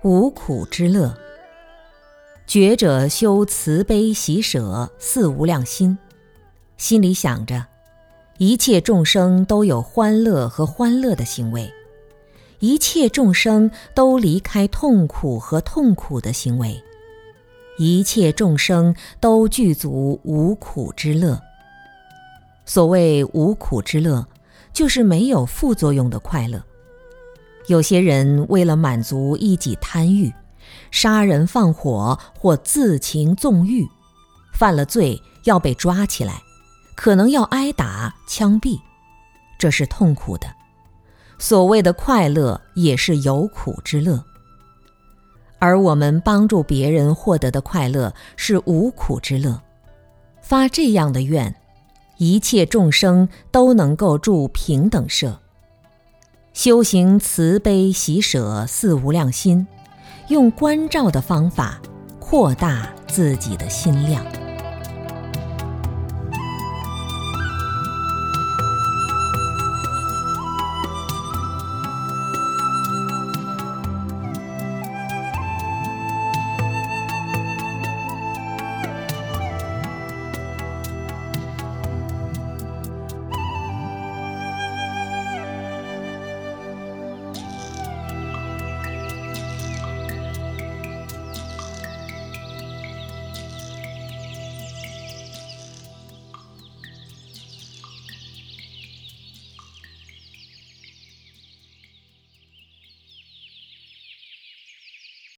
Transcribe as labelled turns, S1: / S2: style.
S1: 无苦之乐。觉者修慈悲喜舍四无量心，心里想着一切众生都有欢乐和欢乐的行为，一切众生都离开痛苦和痛苦的行为，一切众生都具足无苦之乐。所谓无苦之乐，就是没有副作用的快乐。有些人为了满足一己贪欲，杀人放火或自情纵欲，犯了罪要被抓起来，可能要挨打枪毙，这是痛苦的。所谓的快乐也是有苦之乐。而我们帮助别人获得的快乐是无苦之乐。发这样的愿，一切众生都能够住平等舍。修行慈悲喜舍四无量心，用观照的方法扩大自己的心量。